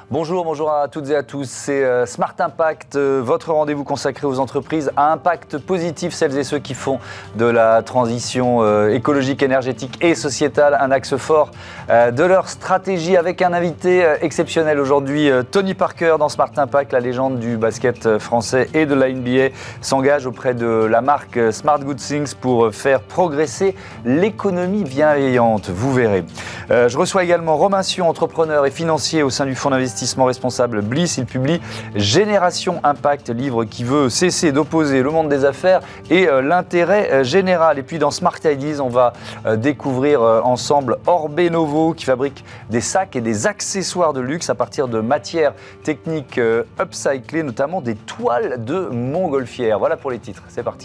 Bonjour à toutes et à tous, c'est Smart Impact, votre rendez-vous consacré aux entreprises à impact positif, celles et ceux qui font de la transition écologique, énergétique et sociétale un axe fort de leur stratégie, avec un invité exceptionnel aujourd'hui. Tony Parker dans Smart Impact, la légende du basket français et de la NBA, s'engage auprès de la marque Smart Good Things pour faire progresser l'économie bienveillante, vous verrez. Je reçois également Romain Sion, entrepreneur et financier au sein du fonds d'investissement responsable Bliss. Il publie Génération Impact, livre qui veut cesser d'opposer le monde des affaires et l'intérêt général. Et puis dans Smart Ideas, on va découvrir ensemble Orbenovo, qui fabrique des sacs et des accessoires de luxe à partir de matières techniques upcyclées, notamment des toiles de montgolfière. Voilà pour les titres, c'est parti.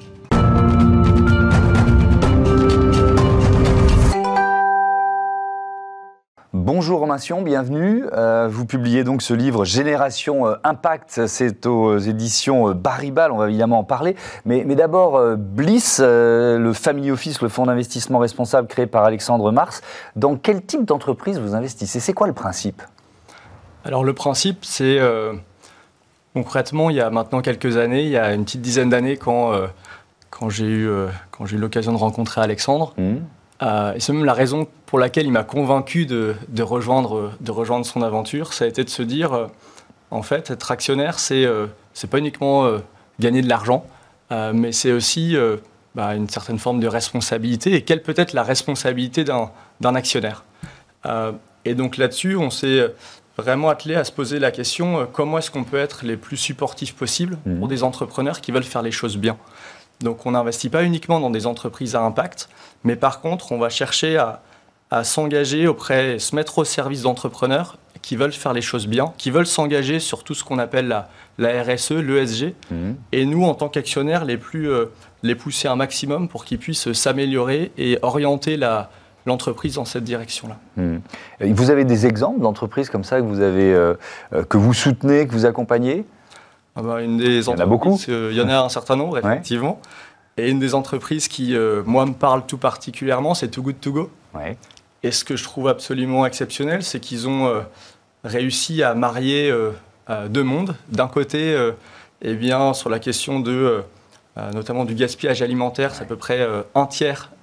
Bonjour Romain Sion, bienvenue. Vous publiez donc ce livre Génération Impact, c'est aux éditions Baribal, on va évidemment en parler. Mais d'abord, Bliss, le Family Office, le fonds d'investissement responsable créé par Alexandre Mars. Dans quel type d'entreprise vous investissez? C'est quoi le principe? Alors le principe, c'est concrètement, il y a maintenant quelques années, il y a une petite dizaine d'années, quand j'ai eu l'occasion de rencontrer Alexandre. Et c'est même la raison pour laquelle il m'a convaincu de rejoindre son aventure. Ça a été de se dire, en fait, être actionnaire, c'est pas uniquement gagner de l'argent, mais c'est aussi une certaine forme de responsabilité. Et quelle peut être la responsabilité d'un actionnaire? Et donc là-dessus, on s'est vraiment attelé à se poser la question, comment est-ce qu'on peut être les plus supportifs possibles pour des entrepreneurs qui veulent faire les choses bien? Donc on n'investit pas uniquement dans des entreprises à impact, mais par contre, on va chercher à s'engager se mettre au service d'entrepreneurs qui veulent faire les choses bien, qui veulent s'engager sur tout ce qu'on appelle la RSE, l'ESG. Et nous, en tant qu'actionnaires, les pousser un maximum pour qu'ils puissent s'améliorer et orienter l'entreprise dans cette direction-là. Vous avez des exemples d'entreprises comme ça que vous soutenez, que vous accompagnez? Une des entreprises, il y en a beaucoup. Il y en a un certain nombre, effectivement. Ouais. Et une des entreprises qui, moi, me parle tout particulièrement, c'est Too Good To Go. Ouais. Et ce que je trouve absolument exceptionnel, c'est qu'ils ont réussi à marier deux mondes. D'un côté, sur la question notamment du gaspillage alimentaire, c'est à peu près un tiers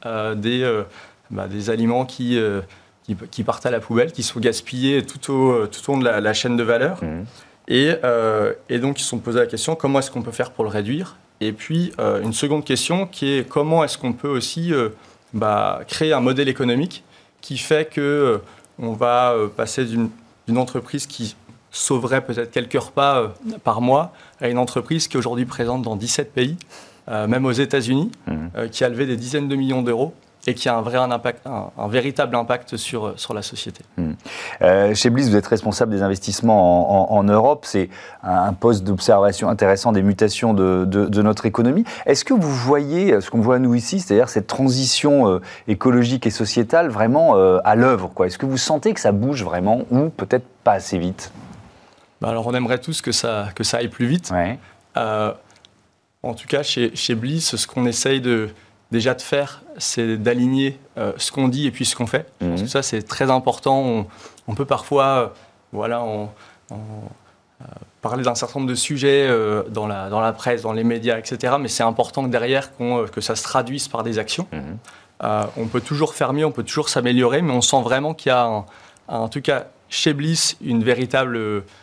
des aliments qui partent à la poubelle, qui sont gaspillés tout au long de la chaîne de valeur. Et donc, ils se sont posé la question, comment est-ce qu'on peut faire pour le réduire? Et puis, une seconde question qui est, comment est-ce qu'on peut aussi créer un modèle économique qui fait qu'on va passer d'une entreprise qui sauverait peut-être quelques repas par mois à une entreprise qui est aujourd'hui présente dans 17 pays, même aux États-Unis, qui a levé des dizaines de millions d'euros et qui a un véritable impact sur la société. Chez Bliss, vous êtes responsable des investissements en Europe. C'est un poste d'observation intéressant des mutations de notre économie. Est-ce que vous voyez ce qu'on voit nous ici, c'est-à-dire cette transition écologique et sociétale vraiment à l'œuvre, quoi? Est-ce que vous sentez que ça bouge vraiment ou peut-être pas assez vite? Alors, on aimerait tous que ça aille plus vite. Ouais. En tout cas, chez Bliss, ce qu'on essaye déjà de faire, c'est d'aligner ce qu'on dit et puis ce qu'on fait. Je pense que ça, c'est très important. On peut parfois parler d'un certain nombre de sujets dans la presse, dans les médias, etc. Mais c'est important que derrière, que ça se traduise par des actions. On peut toujours faire mieux, on peut toujours s'améliorer, mais on sent vraiment qu'il y a, en tout cas chez Bliss, une véritable...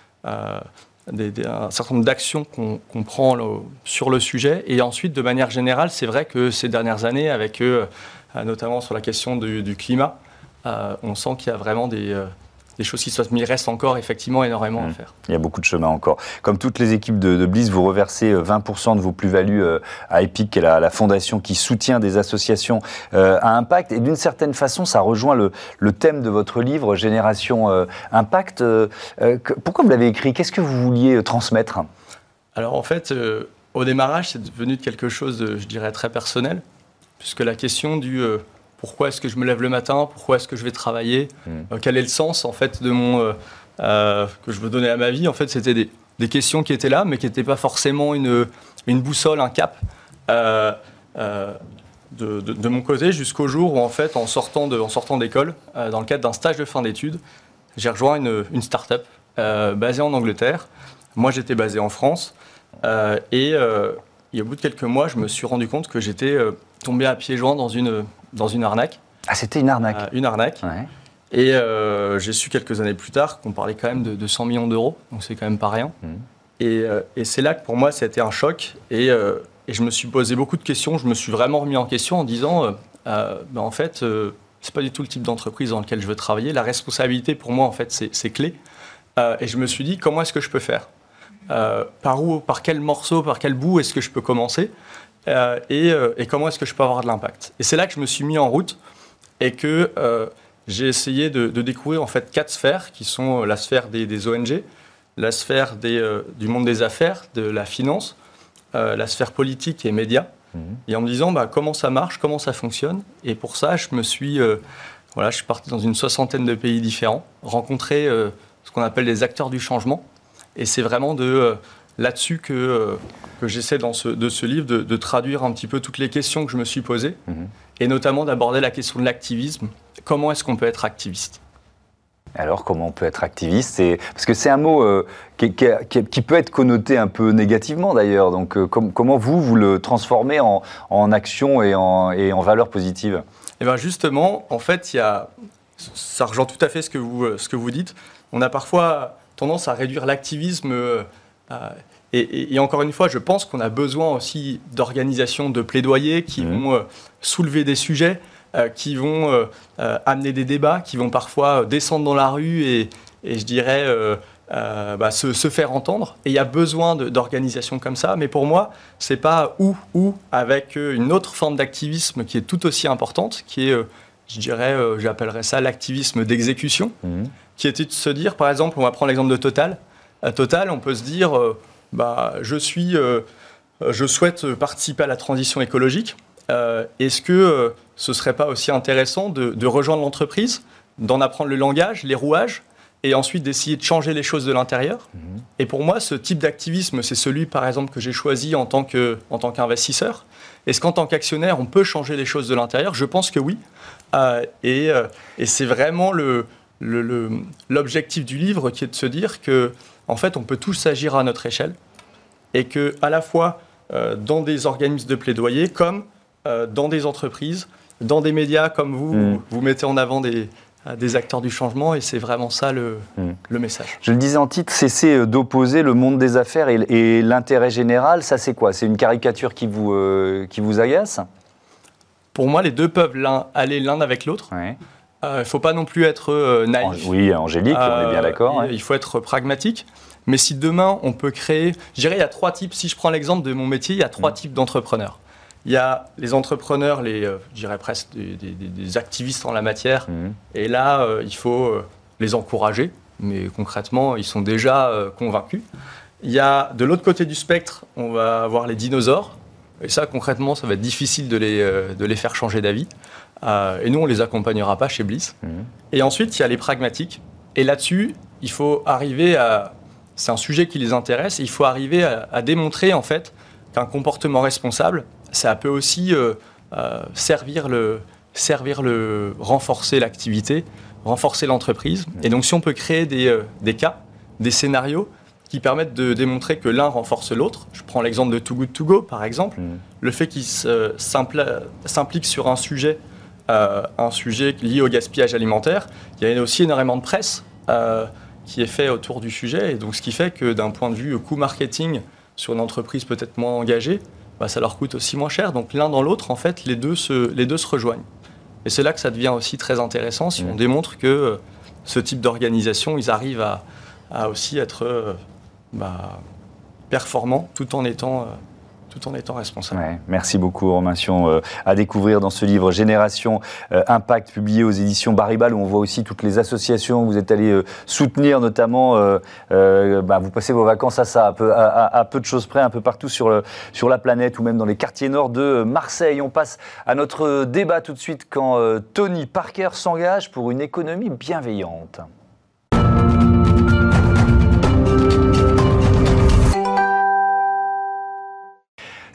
un certain nombre d'actions qu'on prend sur le sujet. Et ensuite, de manière générale, c'est vrai que ces dernières années, avec notamment sur la question du climat, on sent qu'il y a vraiment des choses qui se passent, mais il reste encore effectivement énormément à faire. Il y a beaucoup de chemin encore. Comme toutes les équipes de Bliss, vous reversez 20% de vos plus-values à EPIC, qui est la fondation qui soutient des associations à impact. Et d'une certaine façon, ça rejoint le thème de votre livre, Génération Impact. Pourquoi vous l'avez écrit? Qu'est-ce que vous vouliez transmettre? Alors en fait, au démarrage, c'est devenu quelque chose de, je dirais, très personnel, puisque la question du... pourquoi est-ce que je me lève le matin? Pourquoi est-ce que je vais travailler? Quel est le sens en fait que je veux donner à ma vie? En fait, c'était des questions qui étaient là, mais qui n'étaient pas forcément une boussole, un cap. De mon côté, jusqu'au jour où en fait, en sortant d'école, dans le cadre d'un stage de fin d'études, j'ai rejoint une start-up basée en Angleterre. Moi, j'étais basé en France. Et au bout de quelques mois, je me suis rendu compte que j'étais tombé à pieds joints dans une arnaque. Ah, c'était une arnaque. Une arnaque. Ouais. Et j'ai su quelques années plus tard qu'on parlait quand même de 100 millions d'euros. Donc, c'est quand même pas rien. Et c'est là que pour moi, ça a été un choc. Et je me suis posé beaucoup de questions. Je me suis vraiment remis en question en disant, en fait, c'est pas du tout le type d'entreprise dans lequel je veux travailler. La responsabilité, pour moi, en fait, c'est clé. Et je me suis dit, comment est-ce que je peux faire ? Par quel morceau, par quel bout est-ce que je peux commencer et comment est-ce que je peux avoir de l'impact. Et c'est là que je me suis mis en route et que j'ai essayé de découvrir en fait 4 sphères qui sont la sphère des ONG, la sphère du monde des affaires, de la finance, la sphère politique et médias. Et en me disant comment ça marche, comment ça fonctionne. Et pour ça, je suis parti dans une 60aine de pays différents, rencontrer ce qu'on appelle les acteurs du changement. Et c'est vraiment là-dessus que j'essaie de ce livre de traduire un petit peu toutes les questions que je me suis posées, et notamment d'aborder la question de l'activisme. Comment est-ce qu'on peut être activiste ? Alors, comment on peut être activiste ? Parce que c'est un mot qui peut être connoté un peu négativement d'ailleurs. Donc, comment vous le transformez en action et en valeur positive ? Eh bien justement, en fait, ça rejoint tout à fait ce que vous dites. On a parfois tendance à réduire l'activisme. Et encore une fois, je pense qu'on a besoin aussi d'organisations de plaidoyer qui vont soulever des sujets, qui vont amener des débats, qui vont parfois descendre dans la rue et je dirais se faire entendre. Et il y a besoin d'organisations comme ça. Mais pour moi, c'est pas ou avec une autre forme d'activisme qui est tout aussi importante, qui est, j'appellerais ça l'activisme d'exécution, qui était de se dire, par exemple, on va prendre l'exemple de Total. À Total, on peut se dire, je souhaite participer à la transition écologique. Est-ce que ce ne serait pas aussi intéressant de rejoindre l'entreprise, d'en apprendre le langage, les rouages, et ensuite d'essayer de changer les choses de l'intérieur ? Et pour moi, ce type d'activisme, c'est celui, par exemple, que j'ai choisi en tant qu'investisseur. Est-ce qu'en tant qu'actionnaire, on peut changer les choses de l'intérieur ? Je pense que oui. Et c'est vraiment l'objectif du livre, qui est de se dire que, en fait, on peut tous agir à notre échelle, et que, à la fois dans des organismes de plaidoyer, comme dans des entreprises, dans des médias comme vous mettez en avant des acteurs du changement, et c'est vraiment ça le message. Je le disais en titre, cesser d'opposer le monde des affaires et l'intérêt général, ça c'est quoi ? C'est une caricature qui vous agace ? Pour moi, les deux peuvent aller l'un avec l'autre. Il ne faut pas non plus être naïf. Oui, angélique, on est bien d'accord. Il faut être pragmatique. Mais si demain, on peut créer... Je dirais, il y a 3 types. Si je prends l'exemple de mon métier, il y a 3 types d'entrepreneurs. Il y a les entrepreneurs, je dirais presque des activistes en la matière. Et là, il faut les encourager. Mais concrètement, ils sont déjà convaincus. Il y a, de l'autre côté du spectre, on va avoir les dinosaures. Et ça, concrètement, ça va être difficile de les faire changer d'avis. Et nous, on ne les accompagnera pas chez Bliss. Et ensuite, il y a les pragmatiques. Et là-dessus, il faut arriver à... C'est un sujet qui les intéresse. Et il faut arriver à démontrer, en fait, qu'un comportement responsable, ça peut aussi renforcer l'activité, renforcer l'entreprise. Et donc, si on peut créer des cas, des scénarios qui permettent de démontrer que l'un renforce l'autre. Je prends l'exemple de Too Good To Go, par exemple. Le fait qu'il s'implique sur un sujet lié au gaspillage alimentaire, il y a aussi énormément de presse qui est fait autour du sujet. Et donc, ce qui fait que d'un point de vue coût marketing sur une entreprise peut-être moins engagée, ça leur coûte aussi moins cher. Donc, l'un dans l'autre, en fait, les deux se rejoignent. Et c'est là que ça devient aussi très intéressant si on démontre que ce type d'organisation, ils arrivent à aussi être performants tout en étant responsable. Ouais, merci beaucoup Romain Sion. À découvrir dans ce livre Génération Impact, publié aux éditions Baribal, où on voit aussi toutes les associations que vous êtes allés soutenir, notamment vous passez vos vacances à ça, à peu de choses près, un peu partout sur la planète, ou même dans les quartiers nord de Marseille. On passe à notre débat tout de suite quand Tony Parker s'engage pour une économie bienveillante.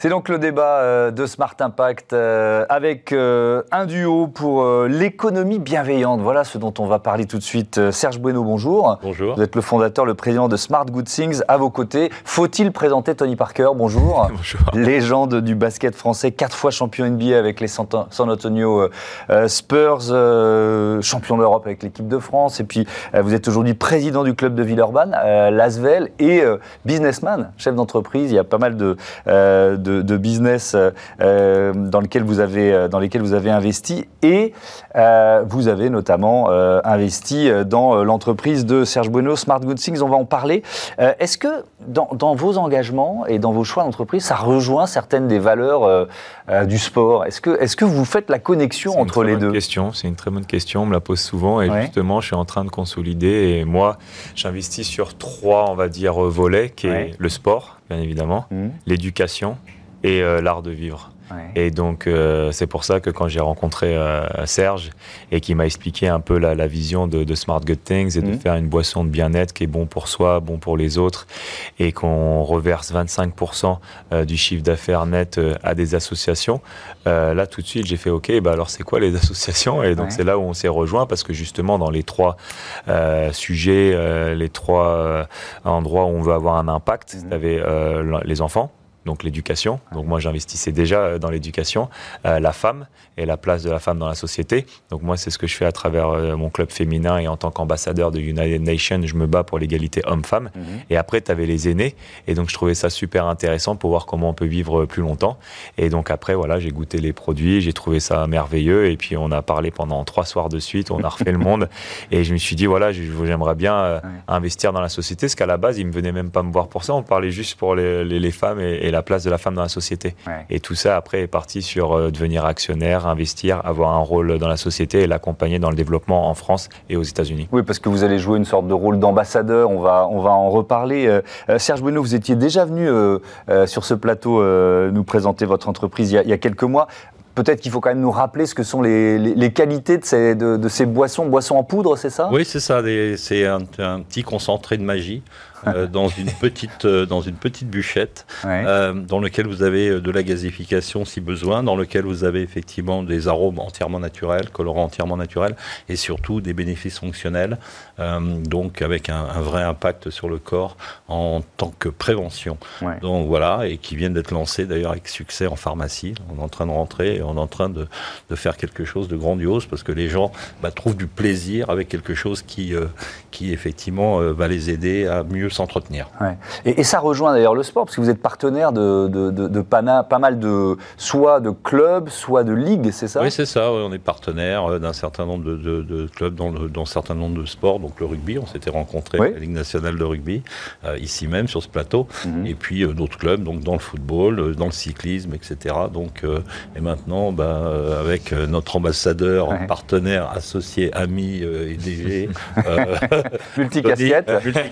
C'est donc le débat de Smart Impact avec un duo pour l'économie bienveillante. Voilà ce dont on va parler tout de suite. Serge Bueno, bonjour. Bonjour. Vous êtes le fondateur, le président de Smart Good Things. À vos côtés, faut-il présenter Tony Parker? Bonjour. Bonjour. Légende du basket français, 4 fois champion NBA avec les San Antonio Spurs, champion d'Europe avec l'équipe de France. Et puis, vous êtes aujourd'hui président du club de Villeurbanne, l'Asvel, et businessman, chef d'entreprise. Il y a pas mal de business dans lesquels vous avez investi, et vous avez notamment investi dans l'entreprise de Serge Bueno, Smart Good Things. On va en parler. Est-ce que dans vos engagements et dans vos choix d'entreprise, ça rejoint certaines des valeurs du sport? Est-ce que vous faites la connexion entre les deux? C'est une très bonne question, on me la pose souvent, et justement je suis en train de consolider, et moi j'investis sur 3, on va dire, volets, qui est le sport, bien évidemment, l'éducation et l'art de vivre. Et donc, c'est pour ça que quand j'ai rencontré Serge et qu'il m'a expliqué un peu la vision de Smart Good Things et de faire une boisson de bien-être qui est bon pour soi, bon pour les autres, et qu'on reverse 25% du chiffre d'affaires net à des associations, là tout de suite j'ai fait OK, alors c'est quoi les associations? Et donc c'est là où on s'est rejoint, parce que justement dans les 3 sujets, les 3 endroits où on veut avoir un impact, t'avais les enfants, donc l'éducation, donc moi j'investissais déjà dans l'éducation, la femme et la place de la femme dans la société, donc moi c'est ce que je fais à travers mon club féminin, et en tant qu'ambassadeur de United Nations, je me bats pour l'égalité homme-femme, et après tu avais les aînés, et donc je trouvais ça super intéressant pour voir comment on peut vivre plus longtemps, et donc après voilà, j'ai goûté les produits, j'ai trouvé ça merveilleux, et puis on a parlé pendant 3 soirs de suite, on a refait le monde, et je me suis dit voilà, j'aimerais bien investir dans la société, parce qu'à la base ils me venaient même pas me voir pour ça, on parlait juste pour les femmes et la place de la femme dans la société. Et tout ça, après, est parti sur devenir actionnaire, investir, avoir un rôle dans la société et l'accompagner dans le développement en France et aux États-Unis. Oui, parce que vous allez jouer une sorte de rôle d'ambassadeur, on va en reparler. Serge Bueno, vous étiez déjà venu sur ce plateau nous présenter votre entreprise il y a quelques mois. Peut-être qu'il faut quand même nous rappeler ce que sont les qualités de ces boissons en poudre, c'est ça? Oui, c'est ça. C'est un petit concentré de magie dans une petite bûchette, dans lequel vous avez de la gasification si besoin, dans lequel vous avez effectivement des arômes entièrement naturels, colorants entièrement naturels, et surtout des bénéfices fonctionnels, donc avec un vrai impact sur le corps en tant que prévention. Donc voilà, et qui viennent d'être lancés d'ailleurs avec succès en pharmacie. On est en train de rentrer et on est en train de faire quelque chose de grandiose, parce que les gens trouvent du plaisir avec quelque chose qui effectivement va les aider à mieux s'entretenir. Et ça rejoint d'ailleurs le sport, parce que vous êtes partenaire de pas mal soit de clubs, soit de ligues, c'est ça? Oui, c'est ça. On est partenaire d'un certain nombre de clubs dans un certain nombre de sports. Donc le rugby, on s'était rencontrés à la Ligue nationale de rugby, ici même sur ce plateau. Et puis d'autres clubs, donc dans le football, dans le cyclisme, etc. Donc, et maintenant, avec notre ambassadeur, partenaire, associé, ami et DG, multicasquette.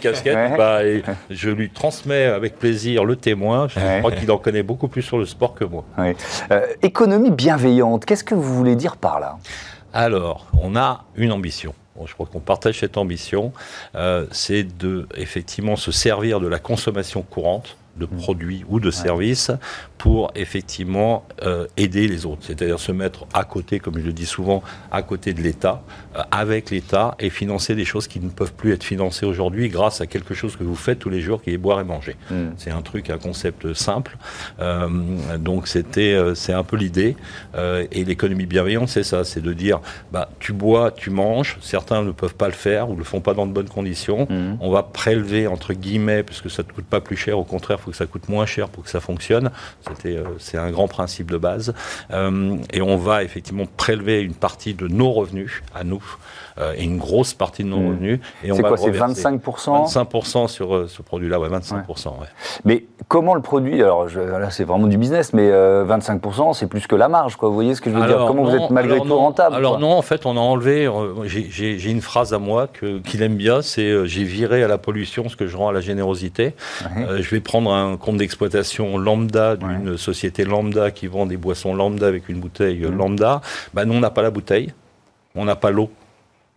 Et je lui transmets avec plaisir le témoin. Je crois qu'il en connaît beaucoup plus sur le sport que moi. Économie bienveillante, qu'est-ce que vous voulez dire par là? Alors, on a une ambition. Je crois qu'on partage cette ambition. C'est de, effectivement, se servir de la consommation courante de produits ou de services pour effectivement aider les autres. C'est-à-dire se mettre à côté, comme je le dis souvent, à côté de l'État, avec l'État, et financer des choses qui ne peuvent plus être financées aujourd'hui grâce à quelque chose que vous faites tous les jours, qui est boire et manger. C'est un concept simple. Donc c'est un peu l'idée. Et l'économie bienveillante, c'est ça, c'est de dire, tu bois, tu manges, certains ne peuvent pas le faire ou ne le font pas dans de bonnes conditions. On va prélever, entre guillemets, parce que ça ne te coûte pas plus cher, au contraire, il faut que ça coûte moins cher pour que ça fonctionne. C'est un grand principe de base. Et on va effectivement prélever une partie de nos revenus à nous, et une grosse partie de nos revenus. Et c'est quoi, c'est 25% 25% sur ce produit-là, 25%. Mais comment le produit, alors là c'est vraiment du business, mais 25% c'est plus que la marge, quoi. Vous voyez ce que je veux dire? Comment vous êtes malgré tout rentable? Alors non, en fait on a enlevé, j'ai une phrase à moi qu'il aime bien, c'est j'ai viré à la pollution ce que je rends à la générosité. Je vais prendre un compte d'exploitation lambda d'une société lambda qui vend des boissons lambda avec une bouteille lambda. Nous on n'a pas la bouteille, on n'a pas l'eau.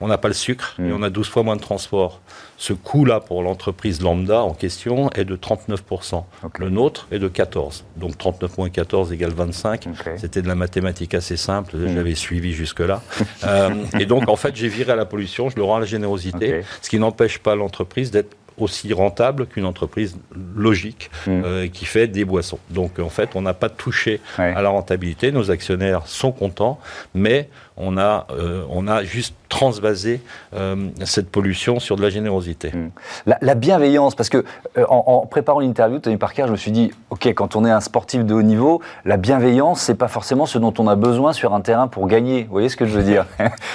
on n'a pas le sucre et on a 12 fois moins de transport. Ce coût-là pour l'entreprise lambda en question est de 39%. Le nôtre est de 14%. Donc 39 moins 14 égale 25. C'était de la mathématique assez simple, j'avais suivi jusque-là. Et donc en fait j'ai viré à la pollution, je le rends à la générosité, ce qui n'empêche pas l'entreprise d'être aussi rentable qu'une entreprise logique qui fait des boissons. Donc en fait, on n'a pas touché à la rentabilité. Nos actionnaires sont contents, mais on a juste transvasé cette pollution sur de la générosité. La bienveillance, parce que en préparant l'interview, Tony Parker, je me suis dit, ok, quand on est un sportif de haut niveau, la bienveillance, c'est pas forcément ce dont on a besoin sur un terrain pour gagner. Vous voyez ce que je veux dire?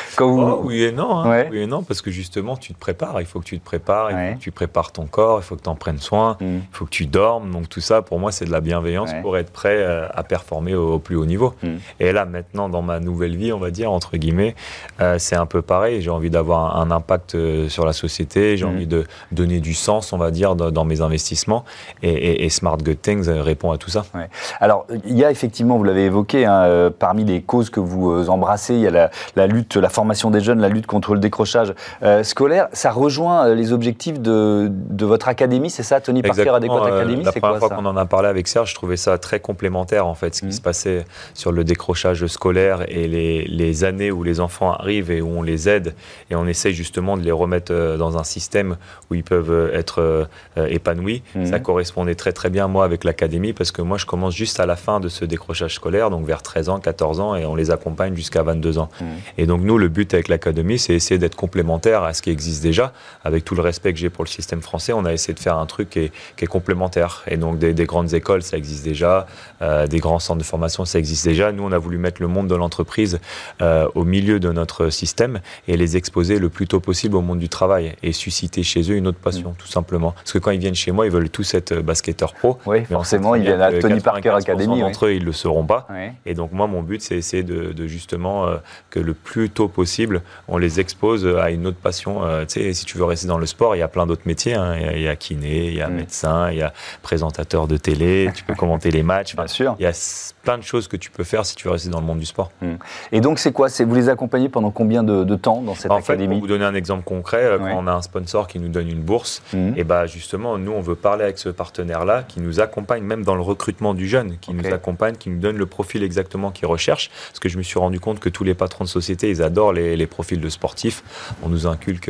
Oui et non, oui et non, parce que justement, tu te prépares. Il faut que tu te prépares, il faut que tu prépares ton corps, il faut que tu en prennes soin, il faut que tu dormes. Donc tout ça, pour moi, c'est de la bienveillance pour être prêt à performer au plus haut niveau. Et là, maintenant, dans ma nouvelle vie, on va dire, entre guillemets, c'est un peu pareil. J'ai envie d'avoir un impact sur la société, j'ai envie de donner du sens, on va dire, dans mes investissements. Et Smart Good Things répond à tout ça. Alors, il y a effectivement, vous l'avez évoqué, parmi les causes que vous embrassez, il y a la lutte, la formation des jeunes, la lutte contre le décrochage scolaire. Ça rejoint les objectifs de votre académie, c'est ça, Tony Parker Adéquate Academy? La première fois qu'on en a parlé avec Serge, je trouvais ça très complémentaire, en fait, ce qui se passait sur le décrochage scolaire et les années où les enfants arrivent et où on les aide et on essaye justement de les remettre dans un système où ils peuvent être épanouis. Ça correspondait très très bien, moi, avec l'académie, parce que moi, je commence juste à la fin de ce décrochage scolaire, donc vers 13 ans, 14 ans, et on les accompagne jusqu'à 22 ans. Et donc, nous, le but avec l'académie, c'est essayer d'être complémentaire à ce qui existe déjà. Avec tout le respect que j'ai pour le système français, on a essayé de faire un truc qui est complémentaire. Et donc, des grandes écoles, ça existe déjà, des grands centres de formation, ça existe déjà. Nous, on a voulu mettre le monde de l'entreprise au milieu de notre système et les exposer le plus tôt possible au monde du travail et susciter chez eux une autre passion, tout simplement. Parce que quand ils viennent chez moi, ils veulent tous être basketteurs pro. Oui, forcément, ils viennent à Tony Parker Academy. D'entre eux, ils ne le seront pas. Et donc, moi, mon but, c'est essayer de justement que le plus tôt possible, on les expose à une autre passion. Tu sais, si tu veux rester dans le sport, il y a plein d'autres métiers. Il y a kiné, il y a médecin, il y a présentateur de télé, tu peux commenter les matchs. Bien sûr. Il y a plein de choses que tu peux faire si tu veux rester dans le monde du sport. Et donc, c'est quoi? Vous les accompagnez pendant combien de temps dans cette académie? En fait, pour vous donner un exemple concret, quand on a un sponsor qui nous donne une bourse, et justement, nous, on veut parler avec ce partenaire-là qui nous accompagne même dans le recrutement du jeune, qui nous accompagne, qui nous donne le profil exactement qu'il recherche. Parce que je me suis rendu compte que tous les patrons de société, ils adorent les profils de sportifs. On nous inculque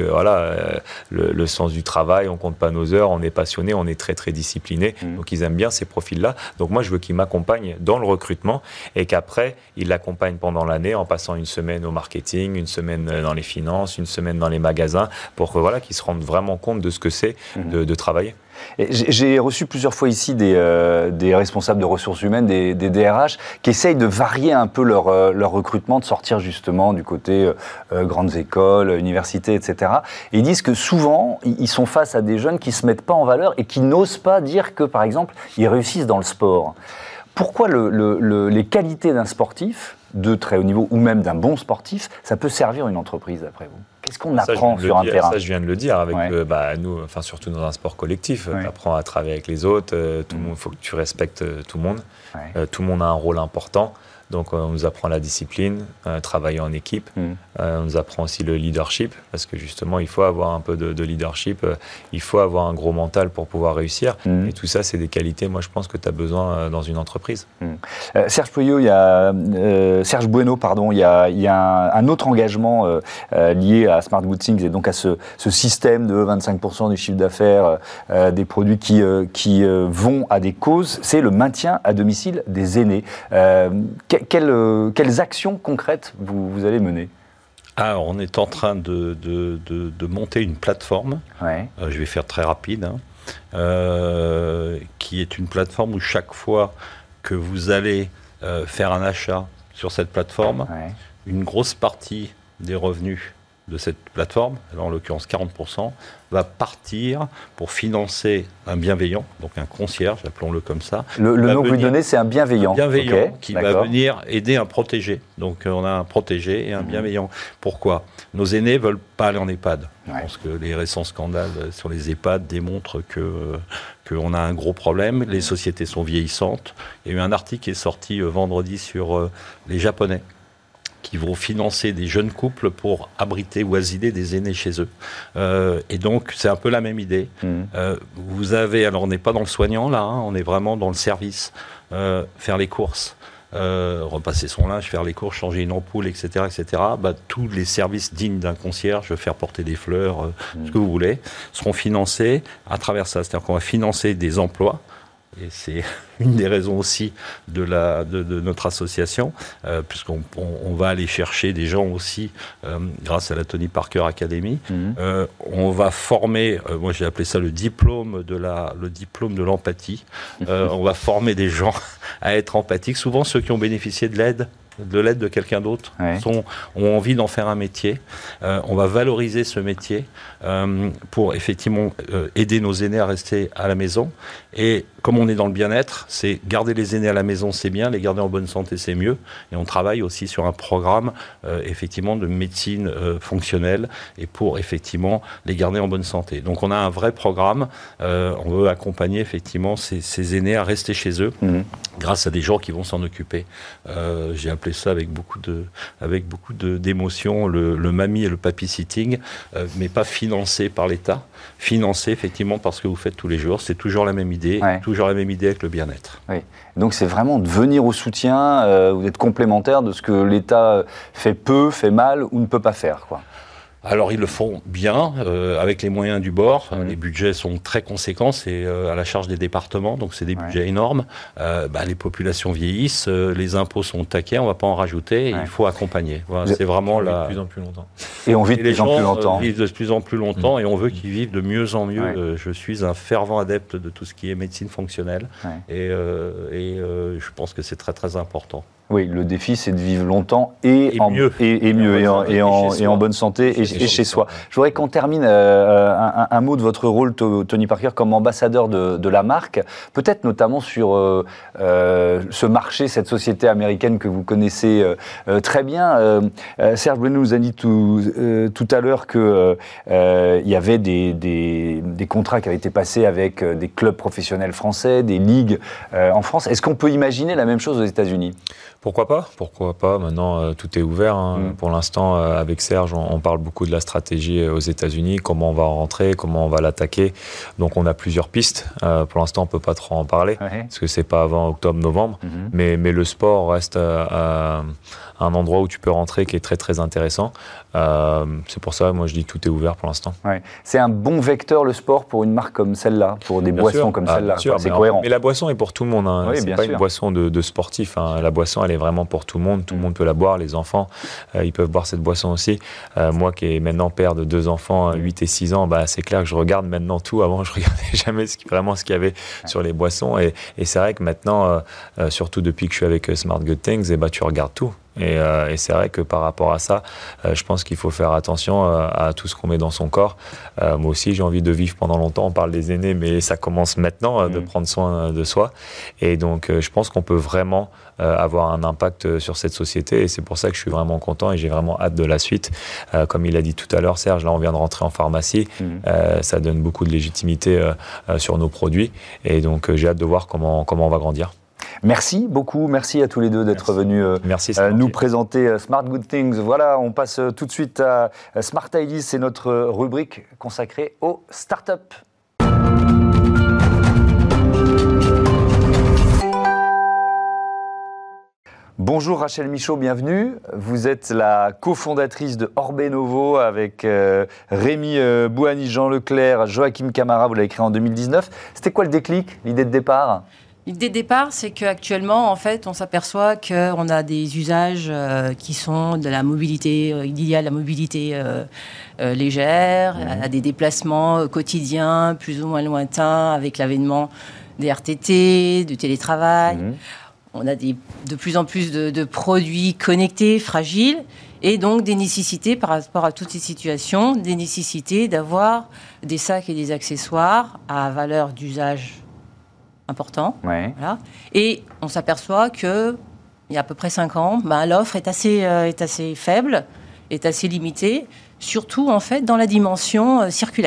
le sens du travail, on compte pas nos heures, on est passionné, on est très très discipliné. Donc ils aiment bien ces profils-là. Donc moi, je veux qu'ils m'accompagnent dans le recrutement et qu'après, ils l'accompagnent pendant l'année en passant une semaine au marketing, une semaine dans les finances, une semaine dans les magasins, pour qu'ils se rendent vraiment compte de ce que c'est de travailler. J'ai reçu plusieurs fois ici des responsables de ressources humaines, des DRH, qui essayent de varier un peu leur recrutement, de sortir justement du côté grandes écoles, universités, etc. Et ils disent que souvent, ils sont face à des jeunes qui ne se mettent pas en valeur et qui n'osent pas dire que, par exemple, ils réussissent dans le sport. Pourquoi les qualités d'un sportif de très haut niveau ou même d'un bon sportif, ça peut servir une entreprise, d'après vous? Qu'est-ce qu'on apprend sur un terrain? Ça, je viens de le dire avec nous, surtout dans un sport collectif. Tu apprends à travailler avec les autres, tout le monde, il faut que tu respectes tout le monde. Tout le monde a un rôle important. Donc, on nous apprend la discipline, travailler en équipe. On nous apprend aussi le leadership, parce que justement, il faut avoir un peu de leadership. Il faut avoir un gros mental pour pouvoir réussir. Et tout ça, c'est des qualités, moi, je pense que tu as besoin dans une entreprise. Serge Bueno, il y a un autre engagement lié à Smart Good Things et donc à ce système de 25% du chiffre d'affaires des produits qui vont à des causes. C'est le maintien à domicile des aînés. Quelles actions concrètes vous allez mener? Alors, on est en train de monter une plateforme, je vais faire très rapide, qui est une plateforme où chaque fois que vous allez faire un achat sur cette plateforme, une grosse partie des revenus de cette plateforme, alors en l'occurrence 40%, va partir pour financer un bienveillant, donc un concierge, appelons-le comme ça. Le nom que vous donnez, c'est un bienveillant. Un bienveillant qui va venir aider un protégé. Donc on a un protégé et un bienveillant. Pourquoi? Nos aînés ne veulent pas aller en EHPAD. Je pense que les récents scandales sur les EHPAD démontrent qu'on a un gros problème. Les sociétés sont vieillissantes. Il y a eu un article qui est sorti vendredi sur les Japonais, qui vont financer des jeunes couples pour abriter ou asiler des aînés chez eux. Et donc, c'est un peu la même idée. Vous avez, alors on n'est pas dans le soignant là, on est vraiment dans le service, faire les courses. Repasser son linge, faire les courses, changer une ampoule, etc., etc. Tous les services dignes d'un concierge, faire porter des fleurs, ce que vous voulez, seront financés à travers ça. C'est-à-dire qu'on va financer des emplois. Et c'est une des raisons aussi de notre association, puisqu'on va aller chercher des gens aussi, grâce à la Tony Parker Academy. On va former, moi j'ai appelé ça le diplôme de l'empathie. On va former des gens à être empathiques. Souvent ceux qui ont bénéficié de l'aide de quelqu'un d'autre, ont envie d'en faire un métier. On va valoriser ce métier pour effectivement aider nos aînés à rester à la maison. Et comme on est dans le bien-être, c'est garder les aînés à la maison, c'est bien, les garder en bonne santé, c'est mieux. Et on travaille aussi sur un programme effectivement de médecine fonctionnelle et pour effectivement les garder en bonne santé. Donc on a un vrai programme. On veut accompagner effectivement ces aînés à rester chez eux grâce à des gens qui vont s'en occuper. J'ai appelé ça avec beaucoup d'émotion le mamie et le papy sitting, mais pas financé par l'État, financé effectivement par ce que vous faites tous les jours. C'est toujours la même idée, toujours la même idée avec le bien-être. Oui. Donc c'est vraiment de venir au soutien, ou d'être complémentaire de ce que l'État fait peu, fait mal ou ne peut pas faire, quoi. Alors ils le font bien, avec les moyens du bord. Les budgets sont très conséquents, c'est à la charge des départements, donc c'est des budgets énormes. Les populations vieillissent, les impôts sont taqués, on ne va pas en rajouter, et il faut accompagner. Voilà, c'est vraiment de plus en plus longtemps. Et on vit de plus en plus longtemps. Vivent de plus en plus longtemps, et on veut qu'ils vivent de mieux en mieux. Je suis un fervent adepte de tout ce qui est médecine fonctionnelle, et je pense que c'est très très important. Oui, le défi, c'est de vivre longtemps et en bonne santé et chez soi. Je voudrais qu'on termine un mot de votre rôle, Tony Parker, comme ambassadeur de la marque, peut-être notamment sur ce marché, cette société américaine que vous connaissez très bien. Serge Bueno nous a dit tout à l'heure qu'il y avait des contrats qui avaient été passés avec des clubs professionnels français, des ligues en France. Est-ce qu'on peut imaginer la même chose aux États-Unis ? Pourquoi pas. Maintenant, tout est ouvert. Pour l'instant, avec Serge, on parle beaucoup de la stratégie aux États-Unis, comment on va rentrer, comment on va l'attaquer. Donc, on a plusieurs pistes. Pour l'instant, on ne peut pas trop en parler, parce que ce n'est pas avant octobre-novembre. Mais le sport reste un endroit où tu peux rentrer qui est très, très intéressant. C'est pour ça, moi, je dis que tout est ouvert pour l'instant. C'est un bon vecteur, le sport, pour une marque comme celle-là, pour des boissons comme celle-là. C'est cohérent. Mais la boisson est pour tout le monde. C'est pas une boisson de sportif. La boisson, elle est vraiment pour tout le monde. Tout le monde peut la boire. Les enfants, ils peuvent boire cette boisson aussi. Moi qui est maintenant père de 2 enfants, 8 et 6 ans, c'est clair que je regarde maintenant tout. Avant, je regardais jamais ce qu'il y avait sur les boissons. Et c'est vrai que maintenant, surtout depuis que je suis avec Smart Good Things, tu regardes tout. Et c'est vrai que par rapport à ça, je pense qu'il faut faire attention à tout ce qu'on met dans son corps. Moi aussi, j'ai envie de vivre pendant longtemps. On parle des aînés, mais ça commence maintenant de prendre soin de soi. Et donc, je pense qu'on peut vraiment avoir un impact sur cette société. Et c'est pour ça que je suis vraiment content et j'ai vraiment hâte de la suite. Comme il a dit tout à l'heure, Serge, là, on vient de rentrer en pharmacie. Ça donne beaucoup de légitimité sur nos produits. Et donc, j'ai hâte de voir comment on va grandir. Merci beaucoup, merci à tous les deux d'être venus nous présenter Smart Good Things. Voilà, on passe tout de suite à Smart Ideas, c'est notre rubrique consacrée aux startups. Bonjour Rachel Michaud, bienvenue. Vous êtes la cofondatrice de Orbenovo avec Rémi Bouhani, Jean Leclerc, Joachim Camara, vous l'avez créé en 2019. C'était quoi le déclic, l'idée de départ ? L'idée de départ, c'est qu'actuellement, en fait, on s'aperçoit qu'on a des usages qui sont de la mobilité, il y a la mobilité légère, à des déplacements quotidiens, plus ou moins lointains, avec l'avènement des RTT, du télétravail. On a de plus en plus de produits connectés, fragiles, et donc des nécessités, par rapport à toutes ces situations, des nécessités d'avoir des sacs et des accessoires à valeur d'usage important. Voilà. Et on s'aperçoit qu'il y a à peu près 5 ans, l'offre est assez faible, est assez limitée, surtout en fait dans la dimension circulaire.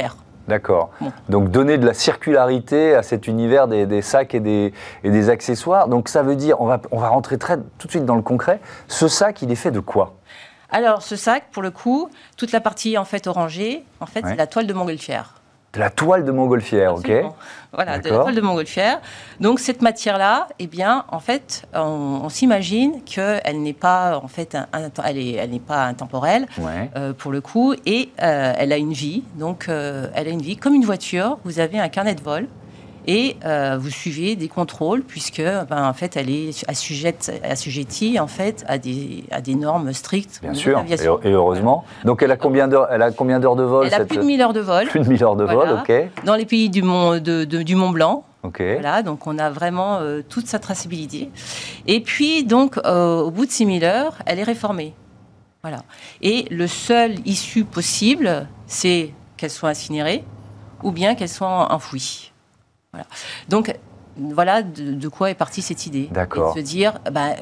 D'accord. Bon. Donc donner de la circularité à cet univers des sacs et des accessoires. Donc ça veut dire, on va rentrer tout de suite dans le concret. Ce sac, il est fait de quoi ? Alors ce sac, pour le coup, toute la partie en fait orangée, en fait, c'est la toile de montgolfière. De la toile de montgolfière, ok. Voilà, de la toile de montgolfière. Donc cette matière-là, eh bien, en fait, on s'imagine qu'elle n'est pas, en fait, elle n'est pas intemporelle, pour le coup, et elle a une vie. Donc, elle a une vie comme une voiture. Vous avez un carnet de vol. Et vous suivez des contrôles puisque, en fait, elle est assujettie en fait à des normes strictes. Bien sûr, et heureusement. Donc, elle a combien d'heures de vol ? Elle a plus de 1000 heures de vol. Plus de 1000 heures de vol, ok. Dans les pays du Mont Blanc. Okay. Voilà, donc on a vraiment toute sa traçabilité. Et puis, donc, au bout de 6000 heures, elle est réformée. Voilà. Et le seul issue possible, c'est qu'elle soit incinérée ou bien qu'elle soit enfouie. Voilà. Donc, voilà de quoi est partie cette idée. D'accord. Et de se dire,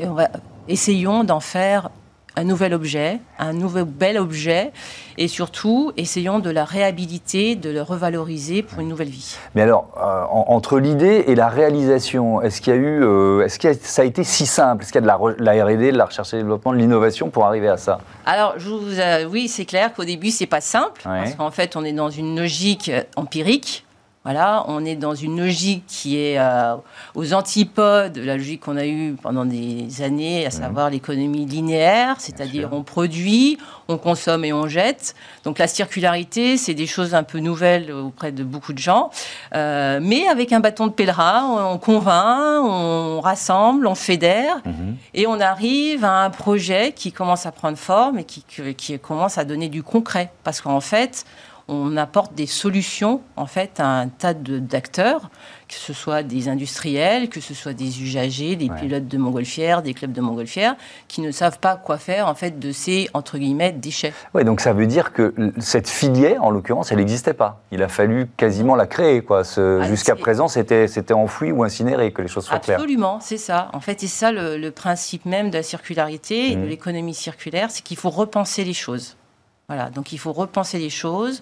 essayons d'en faire un nouvel objet, un nouvel bel objet, et surtout, essayons de la réhabiliter, de le revaloriser pour une nouvelle vie. Mais alors, entre l'idée et la réalisation, est-ce que ça a été si simple ? Est-ce qu'il y a de la R&D, de la recherche et développement, de l'innovation pour arriver à ça ? Alors, oui, c'est clair qu'au début, c'est pas simple, parce qu'en fait, on est dans une logique empirique. Voilà, on est dans une logique qui est aux antipodes de la logique qu'on a eue pendant des années, à savoir l'économie linéaire, c'est-à-dire on produit, on consomme et on jette. Donc la circularité, c'est des choses un peu nouvelles auprès de beaucoup de gens. Mais avec un bâton de pèlerin, on convainc, on rassemble, on fédère, et on arrive à un projet qui commence à prendre forme et qui commence à donner du concret. Parce qu'en fait, on apporte des solutions en fait, à un tas d'acteurs, que ce soit des industriels, que ce soit des usagers, des pilotes de montgolfière, des clubs de montgolfière, qui ne savent pas quoi faire en fait, de ces, entre guillemets, déchets. Oui, donc ça veut dire que cette filière, en l'occurrence, elle n'existait pas. Il a fallu quasiment la créer. Jusqu'à présent, c'était enfoui ou incinéré, que les choses soient claires. Absolument, c'est ça. En fait, c'est ça le principe même de la circularité et de l'économie circulaire, c'est qu'il faut repenser les choses. Voilà, donc il faut repenser les choses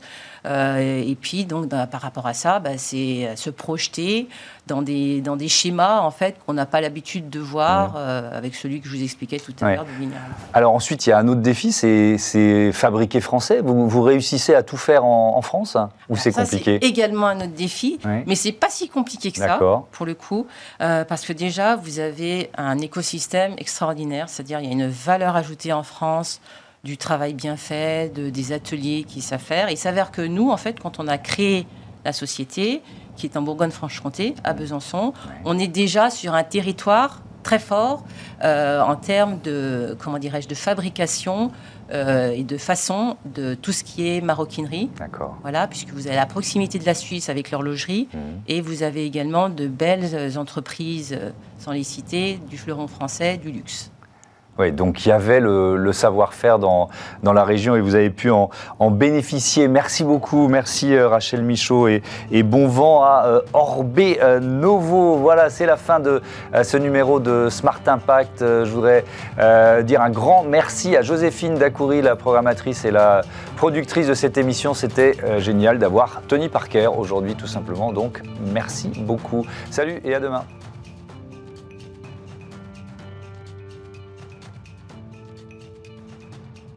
et puis donc par rapport à ça, c'est se projeter dans des schémas en fait qu'on n'a pas l'habitude de voir avec celui que je vous expliquais tout à l'heure du minéral. Alors ensuite il y a un autre défi, c'est fabriquer français. Vous réussissez à tout faire en France ou c'est compliqué ? C'est également un autre défi, mais c'est pas si compliqué que ça pour le coup, parce que déjà vous avez un écosystème extraordinaire, c'est-à-dire il y a une valeur ajoutée en France. Du travail bien fait, des ateliers qui savent faire. Il s'avère que nous, en fait, quand on a créé la société, qui est en Bourgogne-Franche-Comté, à Besançon, on est déjà sur un territoire très fort en termes de, de fabrication et de façon de tout ce qui est maroquinerie. D'accord. Voilà, puisque vous avez la proximité de la Suisse avec l'horlogerie et vous avez également de belles entreprises, sans les citer, du fleuron français, du luxe. Oui, donc il y avait le savoir-faire dans la région et vous avez pu en bénéficier. Merci beaucoup, merci Rachel Michaud et bon vent à Orbé Novo. Voilà, c'est la fin de ce numéro de Smart Impact. Je voudrais dire un grand merci à Joséphine Dacoury, la programmatrice et la productrice de cette émission. C'était génial d'avoir Tony Parker aujourd'hui tout simplement. Donc merci beaucoup. Salut et à demain.